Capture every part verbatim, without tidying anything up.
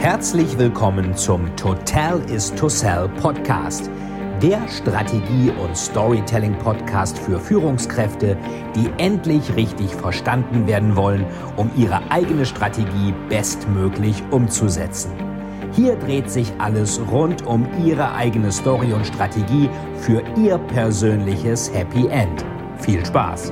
Herzlich willkommen zum Total is to Sell Podcast, der Strategie- und Storytelling-Podcast für Führungskräfte, die endlich richtig verstanden werden wollen, um ihre eigene Strategie bestmöglich umzusetzen. Hier dreht sich alles rund um Ihre eigene Story und Strategie für Ihr persönliches Happy End. Viel Spaß!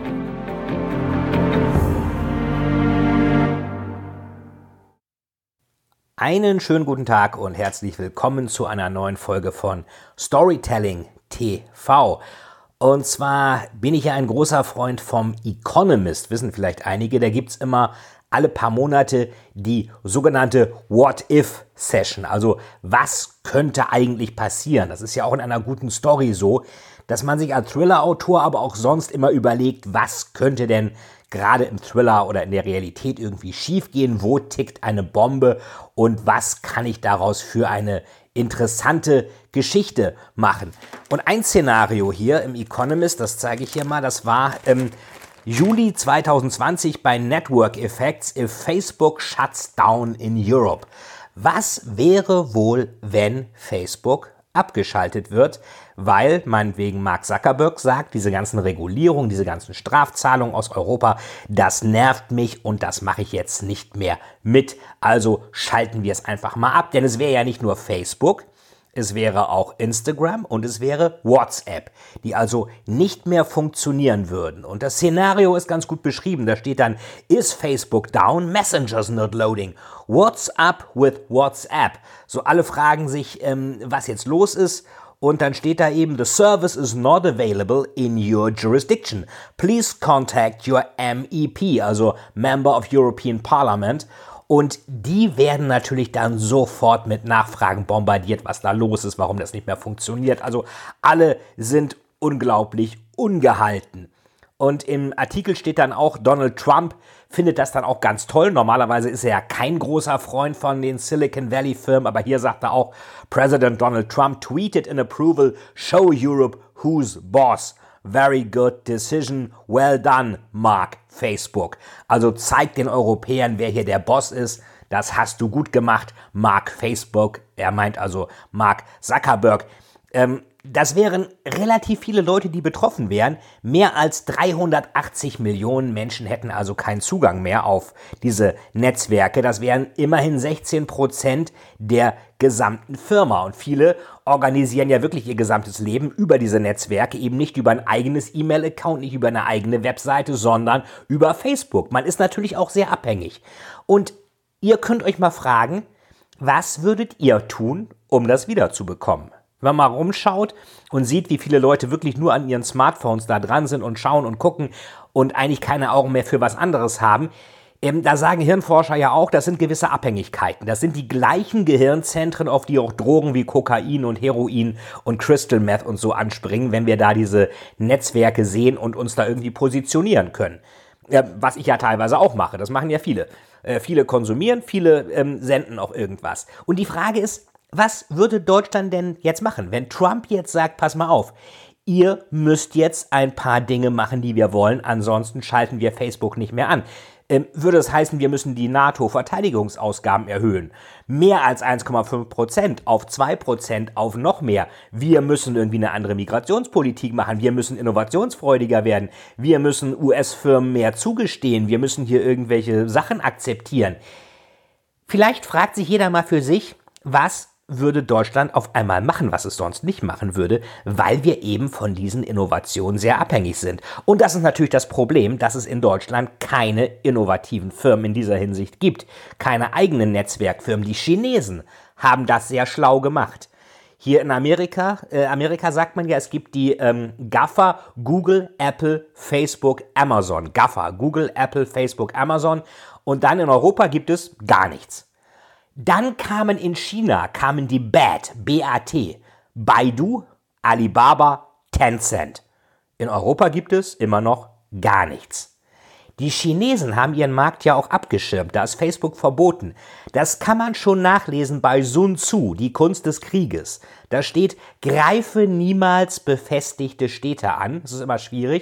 Einen schönen guten Tag und herzlich willkommen zu einer neuen Folge von Storytelling T V. Und zwar bin ich ja ein großer Freund vom Economist, wissen vielleicht einige, da gibt es immer alle paar Monate die sogenannte What-If-Session, also was könnte eigentlich passieren? Das ist ja auch in einer guten Story so, dass man sich als Thriller-Autor aber auch sonst immer überlegt, was könnte denn gerade im Thriller oder in der Realität irgendwie schiefgehen, wo tickt eine Bombe und was kann ich daraus für eine interessante Geschichte machen. Und ein Szenario hier im Economist, das zeige ich hier mal, das war im Juli zwanzig zwanzig bei Network Effects, If Facebook Shuts Down in Europe. Was wäre wohl, wenn Facebook abgeschaltet wird, weil meinetwegen Mark Zuckerberg sagt, diese ganzen Regulierungen, diese ganzen Strafzahlungen aus Europa, das nervt mich und das mache ich jetzt nicht mehr mit. Also schalten wir es einfach mal ab, denn es wäre ja nicht nur Facebook, es wäre auch Instagram und es wäre WhatsApp, die also nicht mehr funktionieren würden. Und das Szenario ist ganz gut beschrieben. Da steht dann, is Facebook down, Messengers not loading, what's up with WhatsApp? So alle fragen sich, ähm, was jetzt los ist. Und dann steht da eben, the service is not available in your jurisdiction. Please contact your M E P, also Member of European Parliament. Und die werden natürlich dann sofort mit Nachfragen bombardiert, was da los ist, warum das nicht mehr funktioniert. Also alle sind unglaublich ungehalten. Und im Artikel steht dann auch, Donald Trump findet das dann auch ganz toll. Normalerweise ist er ja kein großer Freund von den Silicon Valley Firmen, aber hier sagt er auch, President Donald Trump tweeted in approval, show Europe who's boss. Very good decision, well done, Mark Facebook. Also zeigt den Europäern, wer hier der Boss ist. Das hast du gut gemacht, Mark Facebook. Er meint also Mark Zuckerberg. Ähm, das wären relativ viele Leute, die betroffen wären. Mehr als dreihundertachtzig Millionen Menschen hätten also keinen Zugang mehr auf diese Netzwerke. Das wären immerhin sechzehn Prozent der gesamten Firma. Und viele organisieren ja wirklich ihr gesamtes Leben über diese Netzwerke, eben nicht über ein eigenes E-Mail-Account, nicht über eine eigene Webseite, sondern über Facebook. Man ist natürlich auch sehr abhängig. Und ihr könnt euch mal fragen, was würdet ihr tun, um das wiederzubekommen? Wenn man mal rumschaut und sieht, wie viele Leute wirklich nur an ihren Smartphones da dran sind und schauen und gucken und eigentlich keine Augen mehr für was anderes haben, ähm, da sagen Hirnforscher ja auch, das sind gewisse Abhängigkeiten. Das sind die gleichen Gehirnzentren, auf die auch Drogen wie Kokain und Heroin und Crystal Meth und so anspringen, wenn wir da diese Netzwerke sehen und uns da irgendwie positionieren können. Ja, was ich ja teilweise auch mache, das machen ja viele. Äh, viele konsumieren, viele ähm, senden auch irgendwas. Und die Frage ist, was würde Deutschland denn jetzt machen, wenn Trump jetzt sagt, pass mal auf, ihr müsst jetzt ein paar Dinge machen, die wir wollen, ansonsten schalten wir Facebook nicht mehr an. Ähm, würde es heißen, wir müssen die NATO-Verteidigungsausgaben erhöhen. Mehr als eins Komma fünf Prozent auf zwei Prozent auf noch mehr. Wir müssen irgendwie eine andere Migrationspolitik machen. Wir müssen innovationsfreudiger werden. Wir müssen U S-Firmen mehr zugestehen. Wir müssen hier irgendwelche Sachen akzeptieren. Vielleicht fragt sich jeder mal für sich, was würde Deutschland auf einmal machen, was es sonst nicht machen würde, weil wir eben von diesen Innovationen sehr abhängig sind. Und das ist natürlich das Problem, dass es in Deutschland keine innovativen Firmen in dieser Hinsicht gibt. Keine eigenen Netzwerkfirmen. Die Chinesen haben das sehr schlau gemacht. Hier in Amerika, äh, Amerika sagt man ja, es gibt die ähm, GAFA, Google, Apple, Facebook, Amazon. GAFA, Google, Apple, Facebook, Amazon. Und dann in Europa gibt es gar nichts. Dann kamen in China, kamen die B A T, B A T, Baidu, Alibaba, Tencent. In Europa gibt es immer noch gar nichts. Die Chinesen haben ihren Markt ja auch abgeschirmt, da ist Facebook verboten. Das kann man schon nachlesen bei Sun Tzu, die Kunst des Krieges. Da steht, greife niemals befestigte Städte an, das ist immer schwierig,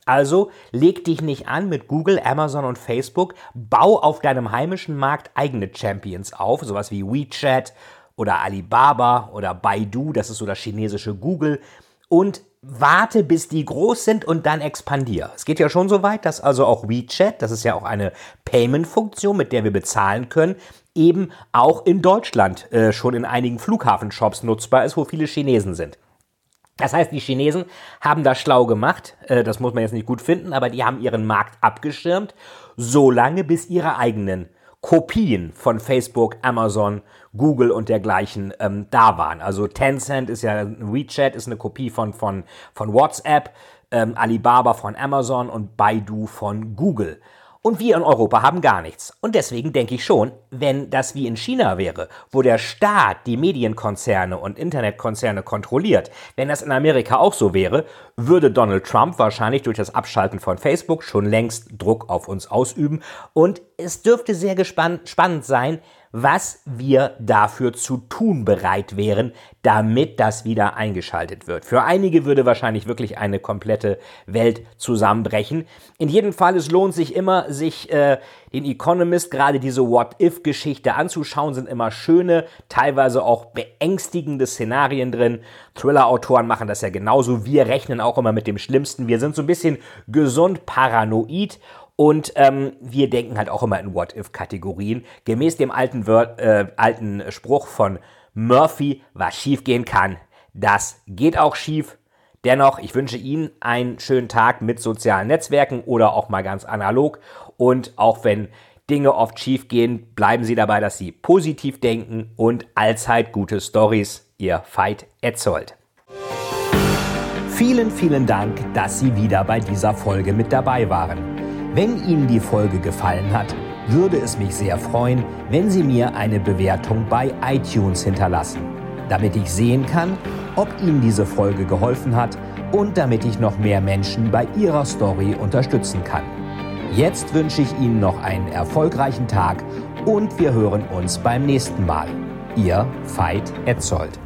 Also leg dich nicht an mit Google, Amazon und Facebook, bau auf deinem heimischen Markt eigene Champions auf, sowas wie WeChat oder Alibaba oder Baidu, das ist so das chinesische Google, und warte, bis die groß sind und dann expandier. Es geht ja schon so weit, dass also auch WeChat, das ist ja auch eine Payment-Funktion, mit der wir bezahlen können, eben auch in Deutschland äh, schon in einigen Flughafenshops nutzbar ist, wo viele Chinesen sind. Das heißt, die Chinesen haben das schlau gemacht, äh, das muss man jetzt nicht gut finden, aber die haben ihren Markt abgeschirmt, solange bis ihre eigenen Kopien von Facebook, Amazon, Google und dergleichen ähm, da waren. Also Tencent ist ja, WeChat ist eine Kopie von, von, von WhatsApp, ähm, Alibaba von Amazon und Baidu von Google. Und wir in Europa haben gar nichts. Und deswegen denke ich schon, wenn das wie in China wäre, wo der Staat die Medienkonzerne und Internetkonzerne kontrolliert, wenn das in Amerika auch so wäre, würde Donald Trump wahrscheinlich durch das Abschalten von Facebook schon längst Druck auf uns ausüben. Und es dürfte sehr gespannt, spannend sein, was wir dafür zu tun bereit wären, damit das wieder eingeschaltet wird. Für einige würde wahrscheinlich wirklich eine komplette Welt zusammenbrechen. In jedem Fall, es lohnt sich immer, sich äh, den Economist, gerade diese What-If-Geschichte anzuschauen, sind immer schöne, teilweise auch beängstigende Szenarien drin. Thriller-Autoren machen das ja genauso. Wir rechnen auch immer mit dem Schlimmsten. Wir sind so ein bisschen gesund paranoid. Und ähm, wir denken halt auch immer in What-If-Kategorien. Gemäß dem alten, Word, äh, alten Spruch von Murphy, was schief gehen kann, das geht auch schief. Dennoch, ich wünsche Ihnen einen schönen Tag mit sozialen Netzwerken oder auch mal ganz analog. Und auch wenn Dinge oft schief gehen, bleiben Sie dabei, dass Sie positiv denken und allzeit gute Stories. Ihr Veit Etzold. Vielen, vielen Dank, dass Sie wieder bei dieser Folge mit dabei waren. Wenn Ihnen die Folge gefallen hat, würde es mich sehr freuen, wenn Sie mir eine Bewertung bei iTunes hinterlassen, damit ich sehen kann, ob Ihnen diese Folge geholfen hat und damit ich noch mehr Menschen bei ihrer Story unterstützen kann. Jetzt wünsche ich Ihnen noch einen erfolgreichen Tag und wir hören uns beim nächsten Mal. Ihr Veit Etzold.